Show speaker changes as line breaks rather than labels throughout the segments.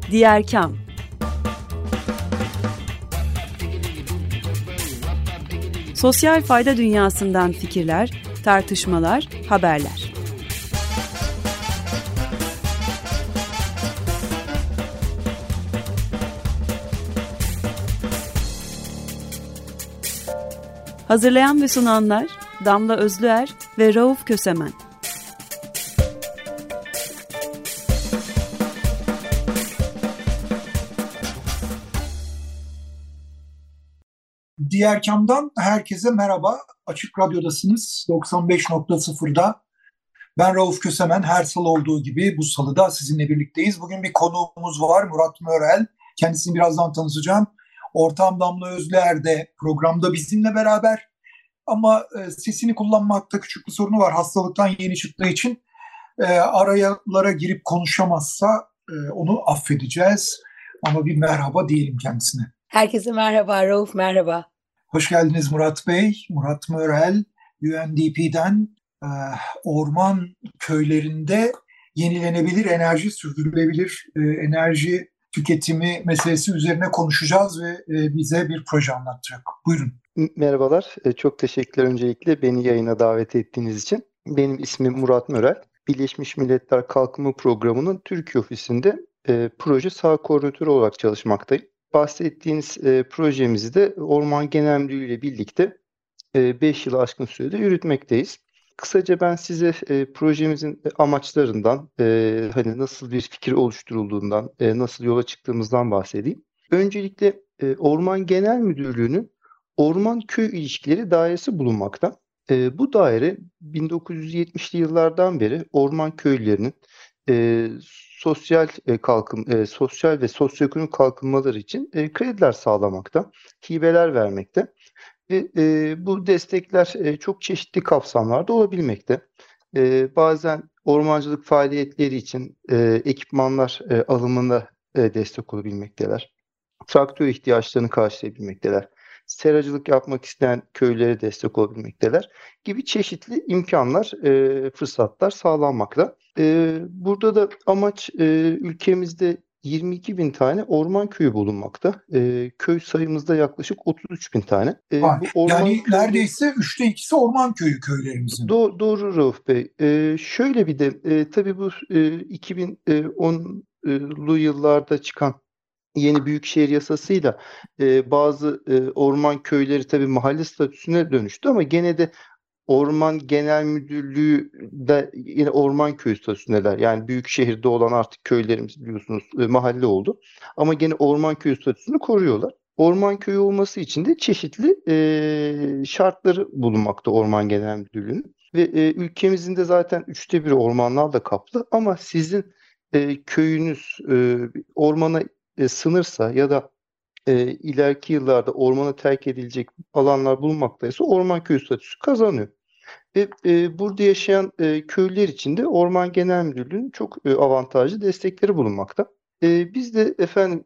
Diğer Kam. Sosyal fayda dünyasından fikirler, tartışmalar, haberler. Hazırlayan ve sunanlar Damla Özlüer ve Rauf Kösemen.
Diğer Kam'dan herkese merhaba. Açık Radyo'dasınız 95.0'da. Ben Rauf Kösemen, her salı olduğu gibi bu salıda sizinle birlikteyiz. Bugün bir konuğumuz var, Murat Mörel. Kendisini birazdan tanıtacağım. Ortağım Damla Özlüer de programda bizimle beraber. Ama sesini kullanmakta küçük bir sorunu var. Hastalıktan yeni çıktığı için arayalara girip konuşamazsa onu affedeceğiz. Ama bir merhaba diyelim kendisine.
Herkese merhaba, Rauf merhaba.
Hoş geldiniz Murat Bey. Murat Mörel, UNDP'den orman köylerinde yenilenebilir enerji, sürdürülebilir enerji tüketimi meselesi üzerine konuşacağız ve bize bir proje anlatacak. Buyurun.
Merhabalar, çok teşekkürler öncelikle beni yayına davet ettiğiniz için. Benim ismim Murat Mörel. Birleşmiş Milletler Kalkınma Programı'nın Türkiye ofisinde proje saha koordinatörü olarak çalışmaktayım. Bahsettiğiniz projemizi de Orman Genel Müdürlüğü ile birlikte 5 yılı aşkın sürede yürütmekteyiz. Kısaca ben size projemizin amaçlarından, hani nasıl bir fikir oluşturulduğundan, nasıl yola çıktığımızdan bahsedeyim. Öncelikle Orman Genel Müdürlüğü'nün Orman-Köy İlişkileri Dairesi bulunmakta. Bu daire 1970'li yıllardan beri orman köylerinin sosyal ve sosyoekonomik kalkınmaları için krediler sağlamakta, hibeler vermekte ve bu destekler çok çeşitli kapsamlarda olabilmekte. Bazen ormancılık faaliyetleri için ekipmanlar alımında destek olabilmekteler. Traktör ihtiyaçlarını karşılayabilmekteler. Seracılık yapmak isteyen köylere destek olabilmekteler gibi çeşitli imkanlar, fırsatlar sağlanmakta. Burada da amaç ülkemizde 22.000 tane orman köyü bulunmakta. Köy sayımızda yaklaşık 33.000 tane.
Yani neredeyse 3'te 2'si orman köyü köylerimizin.
Doğru Rauf Bey. Şöyle bir de tabii bu 2010'lu yıllarda çıkan yeni büyükşehir yasasıyla bazı orman köyleri tabii mahalle statüsüne dönüştü ama gene de Orman Genel Müdürlüğü de yine orman köyü statüsündeler. Yani büyük şehirde olan artık köylerimiz biliyorsunuz mahalle oldu. Ama gene orman köyü statüsünü koruyorlar. Orman köyü olması için de çeşitli şartları bulunmakta Orman Genel Müdürlüğü'nün. Ve ülkemizin de zaten 1/3 ormanlarla kaplı ama sizin köyünüz ormana sınırsa ya da ileriki yıllarda ormana terk edilecek alanlar bulunmaktaysa orman köyü statüsü kazanıyor. Ve burada yaşayan köylüler için de Orman Genel Müdürlüğü'nün çok avantajlı destekleri bulunmakta. Biz de efendim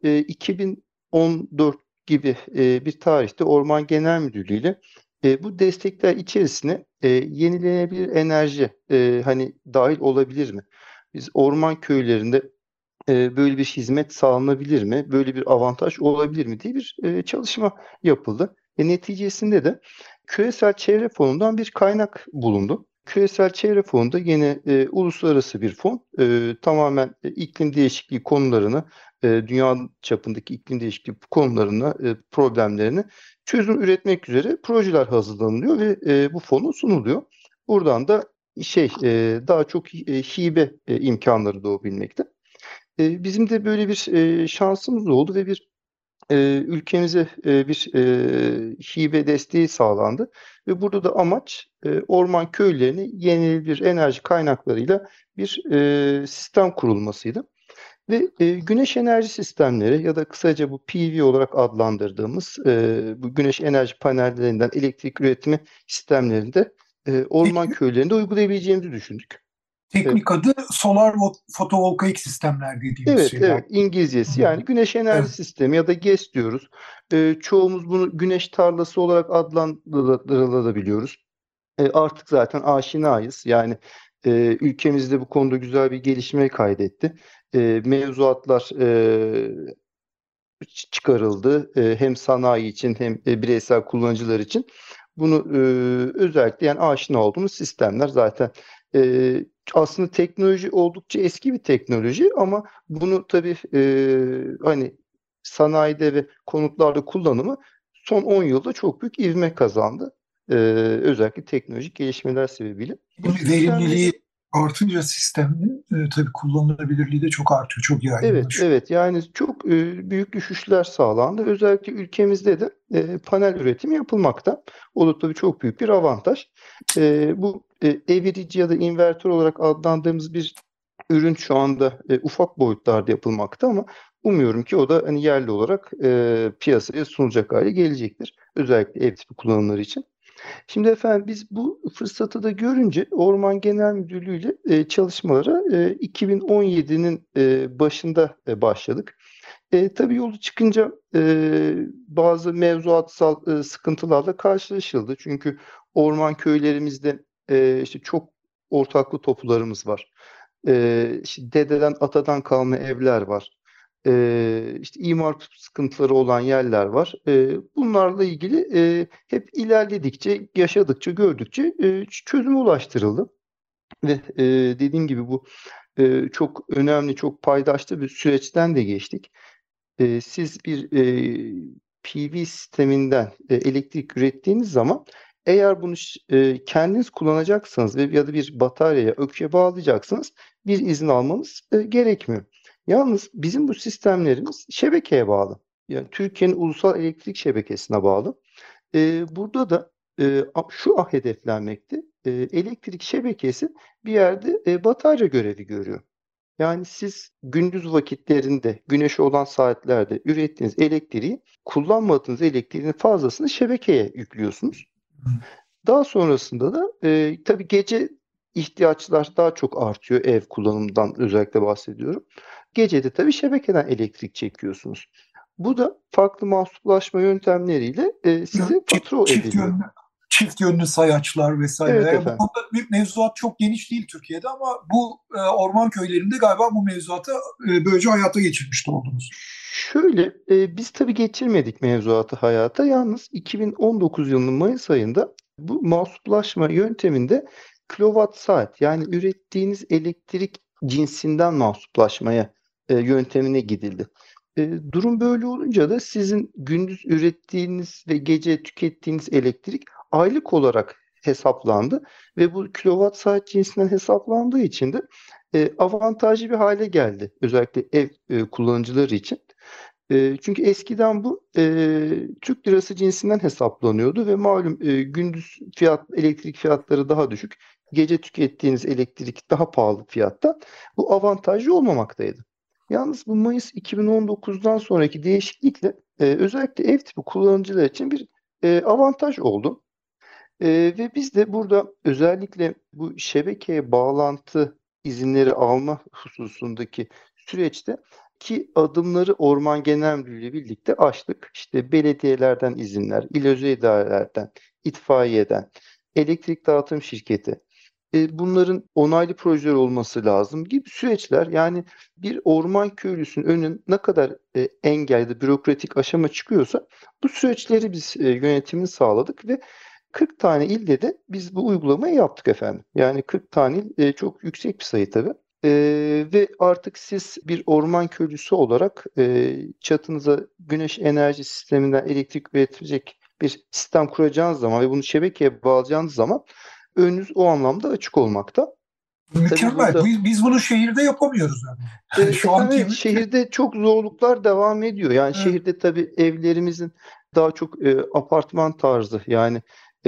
2014 gibi bir tarihte Orman Genel Müdürlüğü ile bu destekler içerisine yenilenebilir enerji hani dahil olabilir mi? Biz orman köylerinde böyle bir hizmet sağlanabilir mi? Böyle bir avantaj olabilir mi diye bir çalışma yapıldı. Neticesinde de Küresel Çevre Fonu'ndan bir kaynak bulundu. Küresel Çevre Fonu da yine uluslararası bir fon. Tamamen iklim değişikliği konularını, dünya çapındaki iklim değişikliği konularına, problemlerini çözüm üretmek üzere projeler hazırlanıyor ve bu fonu sunuluyor. Buradan da daha çok hibe imkanları doğabilmekte. Bizim de böyle bir şansımız oldu ve bir ülkemize bir hibe desteği sağlandı ve burada da amaç orman köylerini yenilenebilir enerji kaynaklarıyla bir sistem kurulmasıydı. Ve güneş enerji sistemleri ya da kısaca bu PV olarak adlandırdığımız bu güneş enerji panellerinden elektrik üretimi sistemlerinde orman köylerinde uygulayabileceğimizi düşündük.
Teknik adı solar fotovoltaik sistemler dediğimiz şeyler.
Evet, İngilizcesi yani güneş enerji sistemi ya da GES diyoruz. Çoğumuz bunu güneş tarlası olarak adlandırabiliyoruz. Artık zaten aşinayız. Yani ülkemizde bu konuda güzel bir gelişme kaydetti. mevzuatlar çıkarıldı. Hem sanayi için hem bireysel kullanıcılar için. Bunu özellikle yani aşina olduğumuz sistemler zaten aslında teknoloji oldukça eski bir teknoloji ama bunu tabii hani sanayide ve konutlarda kullanımı son 10 yılda çok büyük ivme kazandı. Özellikle teknolojik gelişmeler sebebiyle. Bu
Verimliliği artınca sistemin tabii kullanılabilirliği de çok artıyor, çok yaygınlaşıyor.
Evet yani çok büyük düşüşler sağlandı. Özellikle ülkemizde de panel üretimi yapılmakta. O da tabii çok büyük bir avantaj. Bu evirici ya da invertör olarak adlandırdığımız bir ürün şu anda ufak boyutlarda yapılmakta ama umuyorum ki o da hani yerli olarak piyasaya sunulacak hale gelecektir. Özellikle ev tipi kullanımları için. Şimdi efendim biz bu fırsatı da görünce Orman Genel Müdürlüğü ile çalışmalara 2017'nin başında başladık. Tabii yolu çıkınca bazı mevzuatsal sıkıntılarla karşılaşıldı. Çünkü orman köylerimizde işte çok ortaklı topularımız var. İşte dededen atadan kalma evler var. İşte imar sıkıntıları olan yerler var. Bunlarla ilgili hep ilerledikçe, yaşadıkça, gördükçe çözüme ulaştırıldı. Ve dediğim gibi bu çok önemli, çok paydaşlı bir süreçten de geçtik. Siz bir PV sisteminden elektrik ürettiğiniz zaman eğer bunu kendiniz kullanacaksanız ya da bir bataryaya, öküye bağlayacaksanız bir izin almanız gerekmiyor. Yalnız bizim bu sistemlerimiz şebekeye bağlı. Yani Türkiye'nin ulusal elektrik şebekesine bağlı. Burada da şu hedeflenmekte. Elektrik şebekesi bir yerde batarya görevi görüyor. Yani siz gündüz vakitlerinde, güneşi olan saatlerde ürettiğiniz elektriği, kullanmadığınız elektriğin fazlasını şebekeye yüklüyorsunuz. Daha sonrasında da tabii gece ihtiyaçlar daha çok artıyor, ev kullanımından özellikle bahsediyorum. Gece de tabii şebekeden elektrik çekiyorsunuz. Bu da farklı mahsuplaşma yöntemleriyle size fatura ediliyor.
Çift yönlü sayaçlar vesaire.
Evet
Yani bu
efendim.
konuda bir mevzuat çok geniş değil Türkiye'de ama bu orman köylerinde galiba bu mevzuatı böylece hayata geçirmiş de oldunuz.
Şöyle, biz tabii geçirmedik mevzuatı hayata. Yalnız 2019 yılının Mayıs ayında bu mahsuplaşma yönteminde kilowatt saat yani ürettiğiniz elektrik cinsinden mahsuplaşmaya yöntemine gidildi. Durum böyle olunca da sizin gündüz ürettiğiniz ve gece tükettiğiniz elektrik aylık olarak hesaplandı ve bu kilowatt saat cinsinden hesaplandığı için de avantajlı bir hale geldi. Özellikle ev kullanıcıları için. Çünkü eskiden bu Türk lirası cinsinden hesaplanıyordu ve malum gündüz elektrik fiyatları daha düşük. Gece tükettiğiniz elektrik daha pahalı fiyatta. Bu avantajlı olmamaktaydı. Yalnız bu Mayıs 2019'dan sonraki değişiklikle özellikle ev tipi kullanıcılar için bir avantaj oldu. Ve biz de burada özellikle bu şebekeye bağlantı izinleri alma hususundaki süreçte ki adımları Orman Genel Müdürlüğü ile birlikte açtık. İşte belediyelerden izinler, il özel idarelerden, itfaiyeden, elektrik dağıtım şirketi, bunların onaylı projeler olması lazım gibi süreçler. Yani bir orman köylüsünün önüne ne kadar engel, bürokratik aşama çıkıyorsa bu süreçleri biz yönetimini sağladık ve 40 tane ilde de biz bu uygulamayı yaptık efendim. Yani 40 tane il çok yüksek bir sayı tabii. Ve artık siz bir orman köylüsü olarak çatınıza güneş enerji sisteminden elektrik üretecek bir sistem kuracağınız zaman ve bunu şebekeye bağlayacağınız zaman önünüz o anlamda açık olmakta.
Mükemmel.
Burada,
biz bunu şehirde yapamıyoruz yani. Şu
efendim,
anki
evet, şehirde çok zorluklar devam ediyor. Yani şehirde tabii evlerimizin daha çok apartman tarzı yani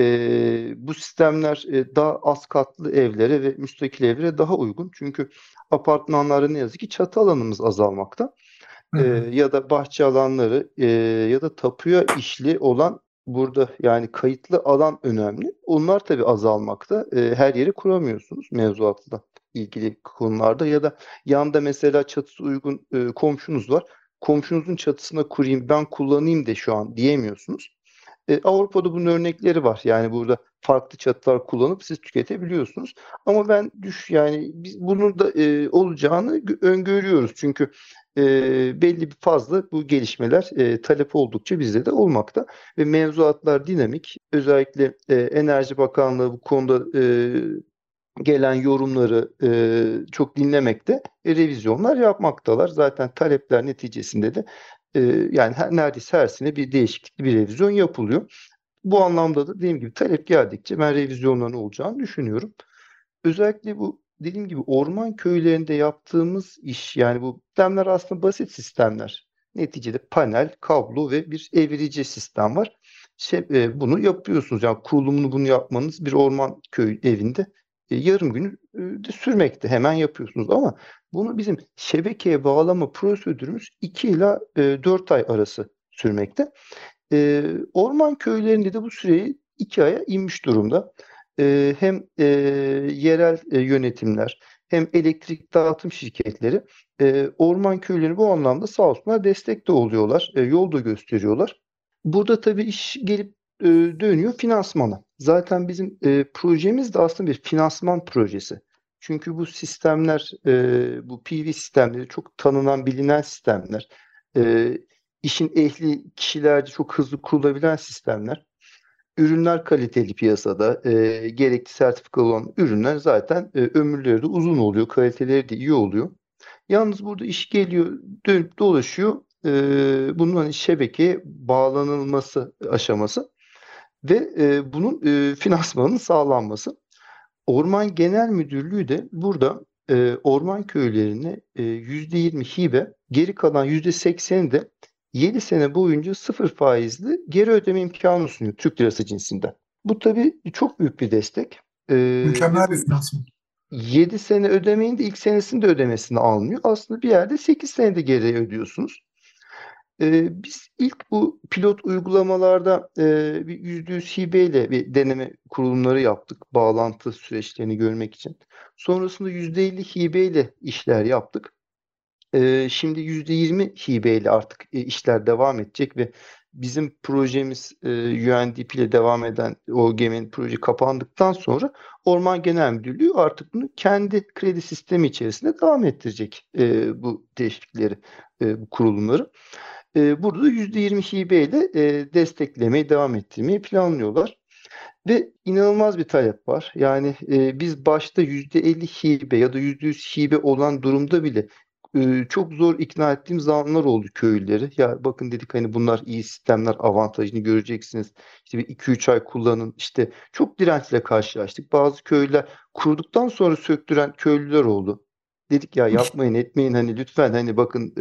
bu sistemler daha az katlı evlere ve müstakil evlere daha uygun. Çünkü apartmanlarda ne yazık ki çatı alanımız azalmakta. Ya da bahçe alanları ya da tapuya işli olan burada yani kayıtlı alan önemli. Onlar tabii azalmakta. Her yeri kuramıyorsunuz mevzuatla ilgili konularda ya da yanda mesela çatısı uygun komşunuz var. Komşunuzun çatısına kurayım ben kullanayım de şu an diyemiyorsunuz. Avrupa'da bunun örnekleri var. Yani burada farklı çatılar kullanıp siz tüketebiliyorsunuz. Ama ben yani biz bunun da olacağını öngörüyoruz. Çünkü belli bir fazla bu gelişmeler talep oldukça bizde de olmakta ve mevzuatlar dinamik. Özellikle Enerji Bakanlığı bu konuda gelen yorumları çok dinlemekte, revizyonlar yapmaktalar. Zaten talepler neticesinde de yani neredeyse her sene bir değişiklikli bir revizyon yapılıyor. Bu anlamda da dediğim gibi talep geldikçe ben revizyonların olacağını düşünüyorum. Özellikle bu dediğim gibi orman köylerinde yaptığımız iş, yani bu sistemler aslında basit sistemler. Neticede panel, kablo ve bir evirici sistem var. Bunu yapıyorsunuz. Yani kurulumunu bunu yapmanız bir orman köy evinde yarım günü de sürmekte. Hemen yapıyorsunuz ama bunu bizim şebekeye bağlama prosedürümüz 2 ila 4 ay arası sürmekte. Orman köylerinde de bu süreyi 2 aya inmiş durumda. Hem yerel yönetimler hem elektrik dağıtım şirketleri orman köylerine bu anlamda sağ olsunlar destek de oluyorlar, yol da gösteriyorlar. Burada tabii iş gelip dönüyor finansmana. Zaten bizim projemiz de aslında bir finansman projesi. Çünkü bu sistemler, bu PV sistemleri çok tanınan, bilinen sistemler. İşin ehli kişilerce çok hızlı kurulabilen sistemler. Ürünler kaliteli piyasada, gerekli sertifikalı olan ürünler zaten ömürleri de uzun oluyor, kaliteleri de iyi oluyor. Yalnız burada iş geliyor, dönüp dolaşıyor, bunun hani şebekeye bağlanılması aşaması ve bunun finansmanının sağlanması. Orman Genel Müdürlüğü de burada orman köylerine %20 hibe, geri kalan %80'i de 7 sene boyunca sıfır faizli geri ödeme imkanı sunuyor Türk lirası cinsinden. Bu tabii çok büyük bir destek.
Mükemmel bir finansman.
7 sene ödemeyin de ilk senesinde ödemesini almıyor. Aslında bir yerde 8 senede geri ödüyorsunuz. Biz ilk bu pilot uygulamalarda bir %100 hibeyle bir deneme kurulumları yaptık. Bağlantı süreçlerini görmek için. Sonrasında %50 hibeyle işler yaptık. Şimdi %20 hibeyle artık işler devam edecek ve bizim projemiz UNDP ile devam eden OGM'nin proje kapandıktan sonra Orman Genel Müdürlüğü artık bunu kendi kredi sistemi içerisinde devam ettirecek bu teşvikleri, bu kurulumları. Burada da %20 hibeyle desteklemeyi devam ettirmeyi planlıyorlar. Ve inanılmaz bir talep var. Yani biz başta %50 hibe ya da %100 hibe olan durumda bile çok zor ikna ettiğimiz zamanlar oldu köylüleri. Ya bakın dedik hani bunlar iyi sistemler, avantajını göreceksiniz. İşte bir 2-3 ay kullanın. İşte çok dirençle karşılaştık. Bazı köylüler kurduktan sonra söktüren köylüler oldu. Dedik ya yapmayın etmeyin hani lütfen hani bakın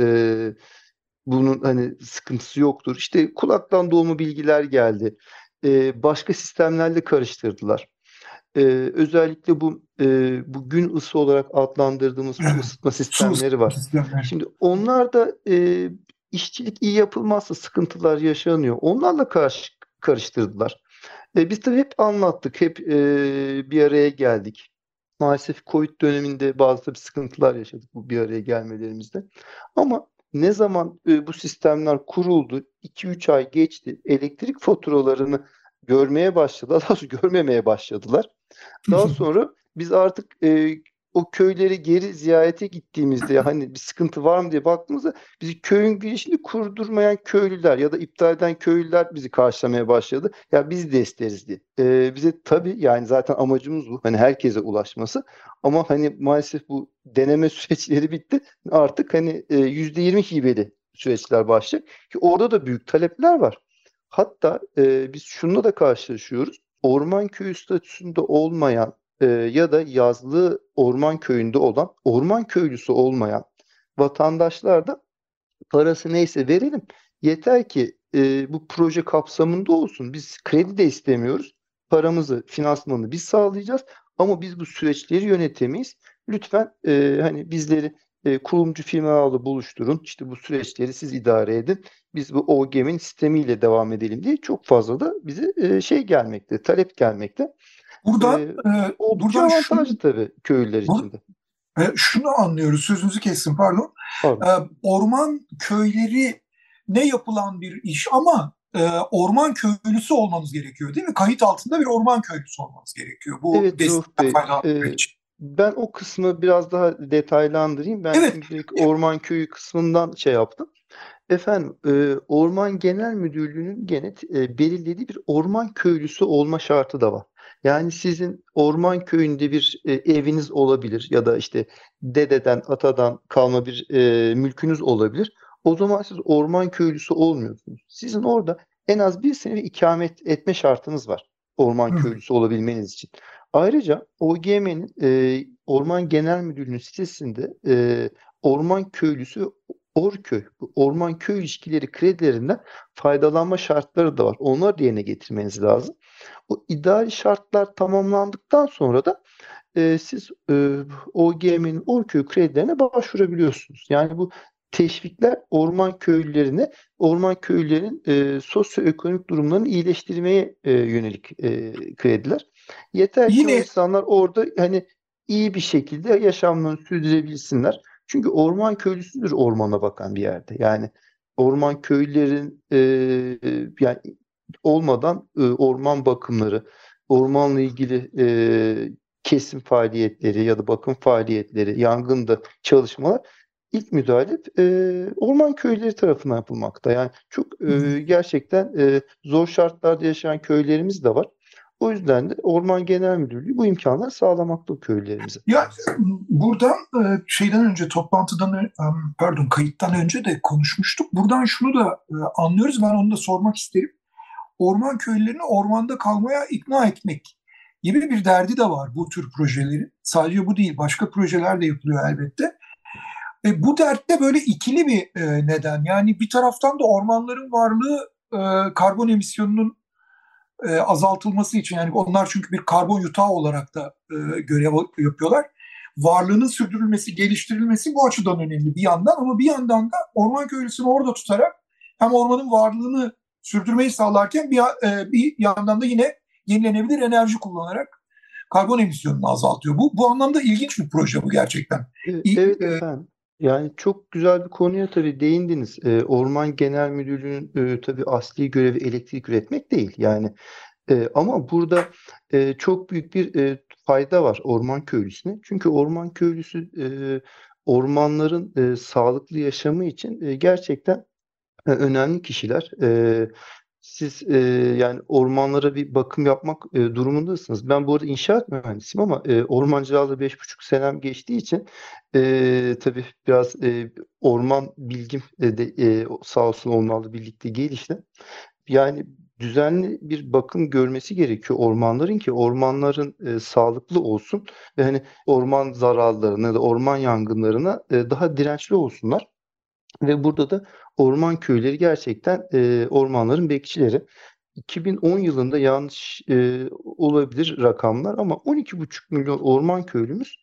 bunun hani sıkıntısı yoktur. İşte kulaktan dolma bilgiler geldi. Başka sistemlerle karıştırdılar. Özellikle bu gün ısı olarak adlandırdığımız su ısıtma sistemleri var. Şimdi onlar da işçilik iyi yapılmazsa sıkıntılar yaşanıyor. Onlarla karıştırdılar. Biz tabii hep anlattık, hep bir araya geldik. Maalesef Covid döneminde bazı tabii sıkıntılar yaşadık bu bir araya gelmelerimizde. Ama ne zaman bu sistemler kuruldu, 2-3 ay geçti, elektrik faturalarını görmeye başladılar, daha doğrusu görmemeye başladılar. Daha sonra biz artık o köyleri geri ziyarete gittiğimizde hani bir sıkıntı var mı diye baktığımızda bizi köyün girişini kurdurmayan köylüler ya da iptal eden köylüler bizi karşılamaya başladı. Ya biz de isteriz diye. Bize tabii yani zaten amacımız bu. Hani herkese ulaşması. Ama hani maalesef bu deneme süreçleri bitti. Artık hani %20 hibeli süreçler başlayacak. Ki orada da büyük talepler var. Hatta biz şununla da karşılaşıyoruz. Orman köyü statüsünde olmayan ya da yazlığı orman köyünde olan, orman köylüsü olmayan vatandaşlar da parası neyse verelim. Yeter ki bu proje kapsamında olsun. Biz kredi de istemiyoruz. Paramızı, finansmanını biz sağlayacağız. Ama biz bu süreçleri yönetemeyiz. Lütfen hani bizleri kurumcu firmalarla buluşturun. İşte bu süreçleri siz idare edin. Biz bu OGM'in sistemiyle devam edelim diye çok fazla da bize gelmekte, talep gelmekte. Oldukça avantajlı tabii köylüler için de.
Şunu anlıyoruz, sözünüzü kestim pardon. Orman köyleri ne yapılan bir iş ama orman köylüsü olmanız gerekiyor değil mi? Kayıt altında bir orman köylüsü olmanız gerekiyor bu
Evet Rauf
destekten
Bey,
faydalanmak için.
ben o kısmı biraz daha detaylandırayım. Ben
Evet,
şimdilik orman köyü kısmından şey yaptım. Efendim, Orman Genel Müdürlüğü'nün gene belirlediği bir orman köylüsü olma şartı da var. Yani sizin orman köyünde bir eviniz olabilir ya da işte dededen, atadan kalma bir mülkünüz olabilir. O zaman siz orman köylüsü olmuyorsunuz. Sizin orada en az bir sene ikamet etme şartınız var orman
hı,
köylüsü olabilmeniz için. Ayrıca OGM'nin Orman Genel Müdürlüğü'nün sitesinde orman köylüsü Orköy, bu orman köy ilişkileri kredilerinden faydalanma şartları da var. Onları da yerine getirmeniz lazım. O ideal şartlar tamamlandıktan sonra da siz OGM'nin Orköy kredilerine başvurabiliyorsunuz. Yani bu teşvikler orman köylülerine, orman köylülerin sosyoekonomik durumlarını iyileştirmeye yönelik krediler. Yeter ki o
yine
insanlar orada hani iyi bir şekilde yaşamlarını sürdürebilsinler. Çünkü orman köylüsüdür ormana bakan bir yerde. Yani orman köylülerin yani olmadan orman bakımları, ormanla ilgili kesim faaliyetleri ya da bakım faaliyetleri, yangında çalışmalar ilk müdahale orman köyleri tarafından yapılmakta. Yani çok gerçekten zor şartlarda yaşayan köylerimiz de var. O yüzden de Orman Genel Müdürlüğü bu imkanları sağlamakta köylerimize.
ya buradan şeyden önce toplantıdan pardon kayıttan önce de konuşmuştuk. Buradan şunu da anlıyoruz. Ben onu da sormak isterim. Orman köylülerini ormanda kalmaya ikna etmek gibi bir derdi de var bu tür projelerin. Sadece bu değil, başka projeler de yapılıyor elbette. Bu dertte böyle ikili bir neden. Yani bir taraftan da ormanların varlığı karbon emisyonunun azaltılması için, yani onlar çünkü bir karbon yutağı olarak da görev yapıyorlar. Varlığının sürdürülmesi, geliştirilmesi bu açıdan önemli bir yandan, ama bir yandan da orman köylüsünü orada tutarak hem ormanın varlığını sürdürmeyi sağlarken bir yandan da yine yenilenebilir enerji kullanarak karbon emisyonunu azaltıyor. Bu anlamda ilginç bir proje bu gerçekten.
Evet efendim. Yani çok güzel bir konuya tabii değindiniz. Orman Genel Müdürlüğü'nün tabii asli görevi elektrik üretmek değil. Yani ama burada çok büyük bir fayda var orman köylüsüne. Çünkü orman köylüsü ormanların sağlıklı yaşamı için gerçekten önemli kişiler. Siz yani ormanlara bir bakım yapmak durumundasınız. Ben bu arada inşaat mühendisiyim ama ormancılığa da 5,5 senem geçtiği için tabii biraz orman bilgim de sağ olsun onlarla birlikte gelişti. Yani düzenli bir bakım görmesi gerekiyor ormanların ki ormanların sağlıklı olsun ve hani orman zararlarına ya da orman yangınlarına daha dirençli olsunlar. Ve burada da orman köyleri gerçekten ormanların bekçileri. 2010 yılında yanlış olabilir rakamlar ama 12,5 milyon orman köylümüz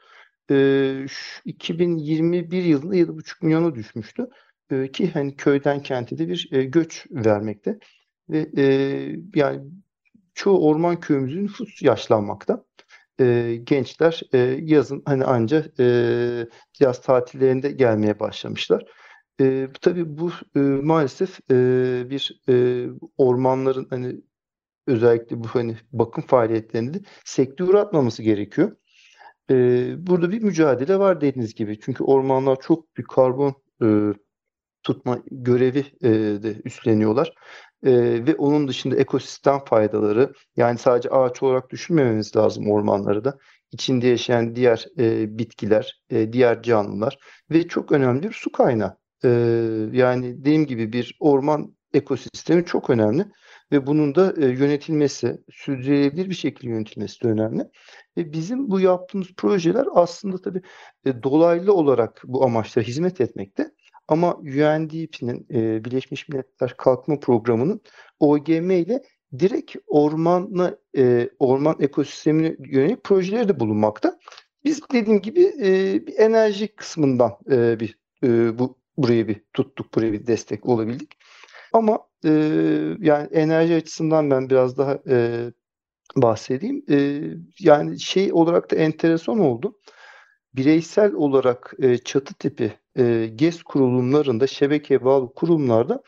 2021 yılında 7,5 milyona düşmüştü. Ki hani köyden kente de bir göç vermekte. Ve yani çoğu orman köyümüzün nüfus yaşlanmakta. Gençler yazın hani anca yaz tatillerinde gelmeye başlamışlar. Tabii bu maalesef bir ormanların hani özellikle bu hani bakım faaliyetlerinde de sekteye uğratmaması gerekiyor. Burada bir mücadele var dediğiniz gibi. Çünkü ormanlar çok bir karbon tutma görevi de üstleniyorlar. Ve onun dışında ekosistem faydaları, yani sadece ağaç olarak düşünmememiz lazım ormanları da. İçinde yaşayan diğer bitkiler, diğer canlılar ve çok önemli bir su kaynağı. E, Yani dediğim gibi bir orman ekosistemi çok önemli ve bunun da yönetilmesi, sürdürülebilir bir şekilde yönetilmesi de önemli. Ve bizim bu yaptığımız projeler aslında tabii dolaylı olarak bu amaçlara hizmet etmekte. Ama UNDP'nin Birleşmiş Milletler Kalkınma Programı'nın OGM ile direkt orman ekosistemine yönelik projeleri de bulunmakta. Biz dediğim gibi bir enerji kısmından buraya bir tuttuk, buraya bir destek olabildik. Ama yani enerji açısından ben biraz daha bahsedeyim. Yani şey olarak da enteresan oldu. Bireysel olarak çatı tipi GES kurulumlarında, şebekeye bağlı kurumlarda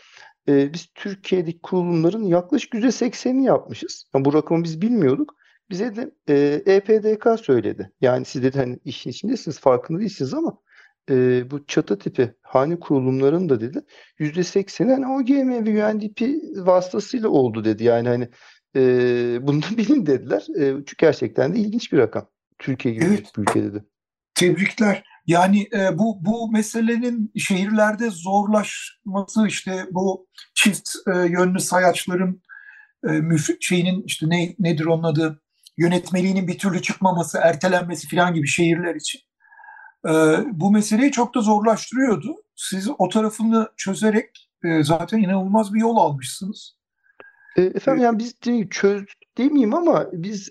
Biz Türkiye'deki kurulumların yaklaşık %80'ini yapmışız. Yani bu rakamı biz bilmiyorduk. Bize de EPDK söyledi. Yani siz dedi hani işin içindesiniz, farkında değilsiniz ama bu çatı tipi hane kurulumların da dedi %80'i hani OGM ve UNDP vasıtasıyla oldu dedi. Yani hani bunu da bilin dediler. Çünkü gerçekten de ilginç bir rakam. Türkiye gibi
Evet,
büyük bir ülkede de.
tebrikler. Yani bu meselenin şehirlerde zorlaşması, işte bu çift yönlü sayaçların şeyinin işte nedir onun adı, yönetmeliğinin bir türlü çıkmaması, ertelenmesi falan gibi şehirler için bu meseleyi çok da zorlaştırıyordu. Siz o tarafını çözerek zaten inanılmaz bir yol almışsınız. E,
Efendim yani biz çözdük demeyeyim ama biz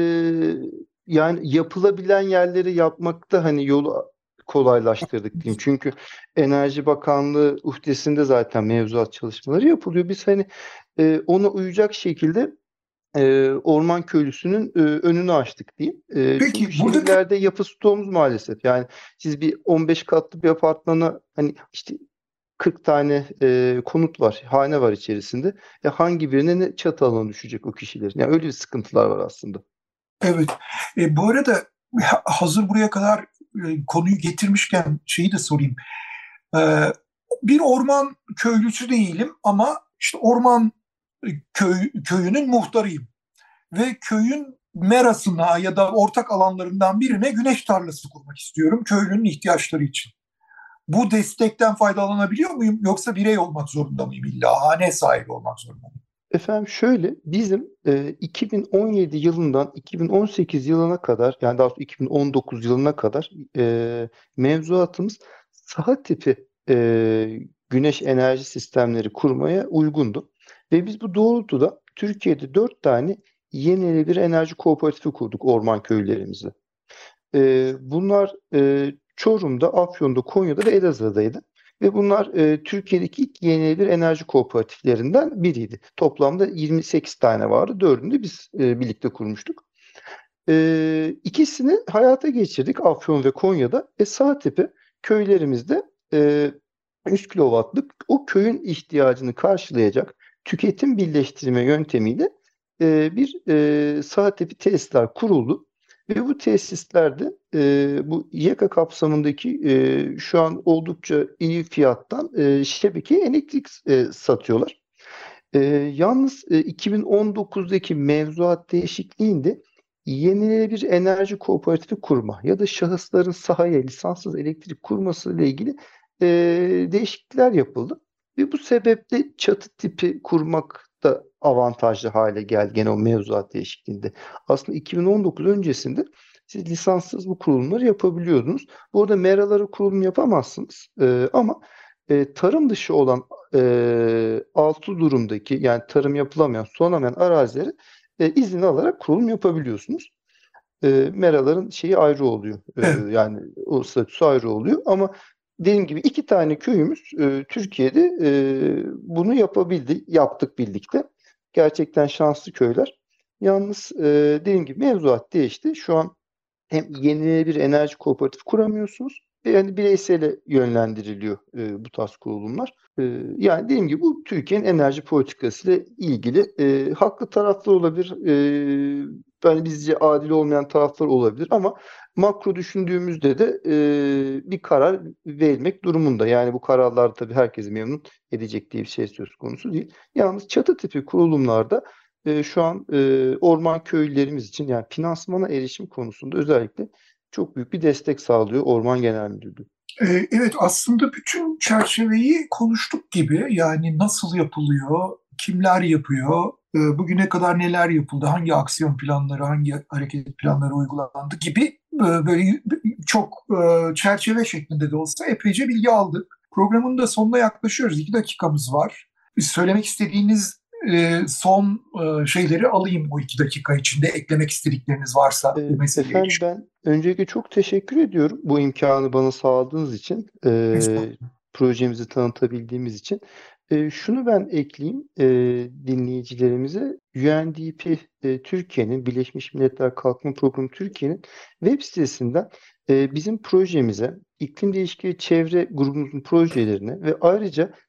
yani yapılabilen yerleri yapmakta hani yolu kolaylaştırdık diyeyim. Çünkü Enerji Bakanlığı uhdesinde zaten mevzuat çalışmaları yapılıyor. Biz hani ona uyacak şekilde orman köylüsünün önünü açtık diyeyim. Çünkü
peki burada
şehirlerde yapı stoğumuz maalesef. Yani siz bir 15 katlı bir apartmana hani işte 40 tane konut var, hane var içerisinde. Hangi birine ne çatı alanı düşecek o kişilerin? Yani öyle bir sıkıntılar var aslında.
evet. Bu arada hazır buraya kadar konuyu getirmişken şeyi de sorayım. E, Bir orman köylüsü değilim ama işte orman köyünün muhtarıyım. Ve köyün merasına ya da ortak alanlarından birine güneş tarlası kurmak istiyorum köylünün ihtiyaçları için. Bu destekten faydalanabiliyor muyum yoksa birey olmak zorunda mıyım, illa hane sahibi olmak zorunda mıyım?
Efendim şöyle bizim 2017 yılından 2018 yılına kadar yani daha doğrusu 2019 yılına kadar mevzuatımız saha tipi güneş enerji sistemleri kurmaya uygundu. Ve biz bu doğrultuda Türkiye'de 4 tane yenilenebilir enerji kooperatifi kurduk orman köylerimizde. Bunlar Çorum'da, Afyon'da, Konya'da ve Elazığ'daydı. Ve bunlar Türkiye'deki ilk yenilenebilir enerji kooperatiflerinden biriydi. Toplamda 28 tane vardı. Dördünü de biz birlikte kurmuştuk. İkisini hayata geçirdik Afyon ve Konya'da. Sağ tepe köylerimizde 3 kilowattlık o köyün ihtiyacını karşılayacak tüketim birleştirme yöntemiyle bir sağ tepe tesisler kuruldu. Ve bu tesislerde bu YEKA kapsamındaki şu an oldukça iyi fiyattan şebekeye elektrik satıyorlar. Yalnız 2019'daki mevzuat değişikliğinde yenilenebilir enerji kooperatifi kurma ya da şahısların sahaya lisanssız elektrik kurması ile ilgili değişiklikler yapıldı. Ve bu sebeple çatı tipi kurmak da avantajlı hale geldi gene o mevzuat değişikliğinde. Aslında 2019 öncesinde siz lisanssız bu kurulumları yapabiliyordunuz. Bu arada meralara kurulum yapamazsınız. Ama tarım dışı olan altı durumdaki yani tarım yapılamayan, sulanameyen arazileri izin alarak kurulum yapabiliyorsunuz. Meraların şeyi ayrı oluyor.
Evet.
Yani o statüsü ayrı oluyor. Ama dediğim gibi 2 tane köyümüz Türkiye'de bunu yaptık birlikte. Gerçekten şanslı köyler. Yalnız dediğim gibi mevzuat değişti. Şu an hem yenilenebilir enerji kooperatif kuramıyorsunuz ve yani bireysele yönlendiriliyor bu tarz kurulumlar. Yani dediğim gibi bu Türkiye'nin enerji politikası ile ilgili haklı taraflar olabilir, yani bizce adil olmayan taraflar olabilir ama makro düşündüğümüzde de bir karar verilmek durumunda. Yani bu kararlar tabii herkesi memnun edecek diye bir şey söz konusu değil. Yalnız çatı tipi kurulumlarda şu an orman köylülerimiz için yani finansmana erişim konusunda özellikle çok büyük bir destek sağlıyor Orman Genel Müdürlüğü.
Evet, aslında bütün çerçeveyi konuştuk gibi, yani nasıl yapılıyor, kimler yapıyor, bugüne kadar neler yapıldı, hangi aksiyon planları, hangi hareket planları uygulandı gibi böyle çok çerçeve şeklinde de olsa epeyce bilgi aldık. Programın da sonuna yaklaşıyoruz. 2 dakikamız var. Söylemek istediğiniz son şeyleri alayım bu 2 dakika içinde. Eklemek istedikleriniz varsa bu meseleye
Efendim
ilişkin.
ben öncelikle çok teşekkür ediyorum bu imkanı bana sağladığınız için,
Estağfurullah.
projemizi tanıtabildiğimiz için. Şunu ben ekleyeyim dinleyicilerimize. UNDP Türkiye'nin, Birleşmiş Milletler Kalkınma Programı Türkiye'nin web sitesinden bizim projemize, iklim değişikliği çevre grubumuzun projelerine ve ayrıca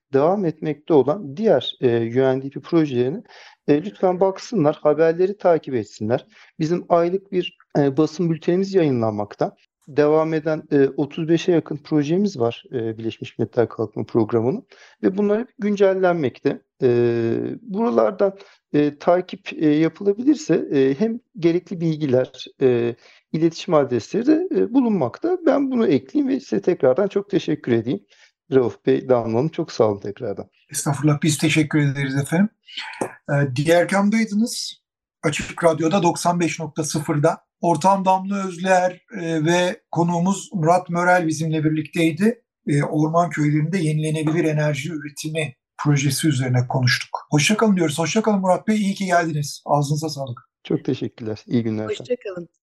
devam etmekte olan diğer UNDP projelerini lütfen baksınlar, haberleri takip etsinler. Bizim aylık bir basın bültenimiz yayınlanmakta. Devam eden 35'e yakın projemiz var Birleşmiş Milletler Kalkınma Programı'nın ve bunlar hep güncellenmekte. Buralardan takip yapılabilirse hem gerekli bilgiler, iletişim adresleri de bulunmakta. Ben bunu ekleyeyim ve size tekrardan çok teşekkür edeyim. Rauf Bey, Damla Hanım, çok sağ olun tekrardan.
Estağfurullah, biz teşekkür ederiz efendim. Diğer kamdaydınız. Açık Radyo'da 95.0'da. Ortağım Damla Özler ve konuğumuz Murat Mörel bizimle birlikteydi. Orman köylerinde yenilenebilir enerji üretimi projesi üzerine konuştuk. Hoşça kalın diyoruz. Hoşça kalın Murat Bey. İyi ki geldiniz. Ağzınıza sağlık.
Çok teşekkürler. İyi günler.
Hoşça kalın.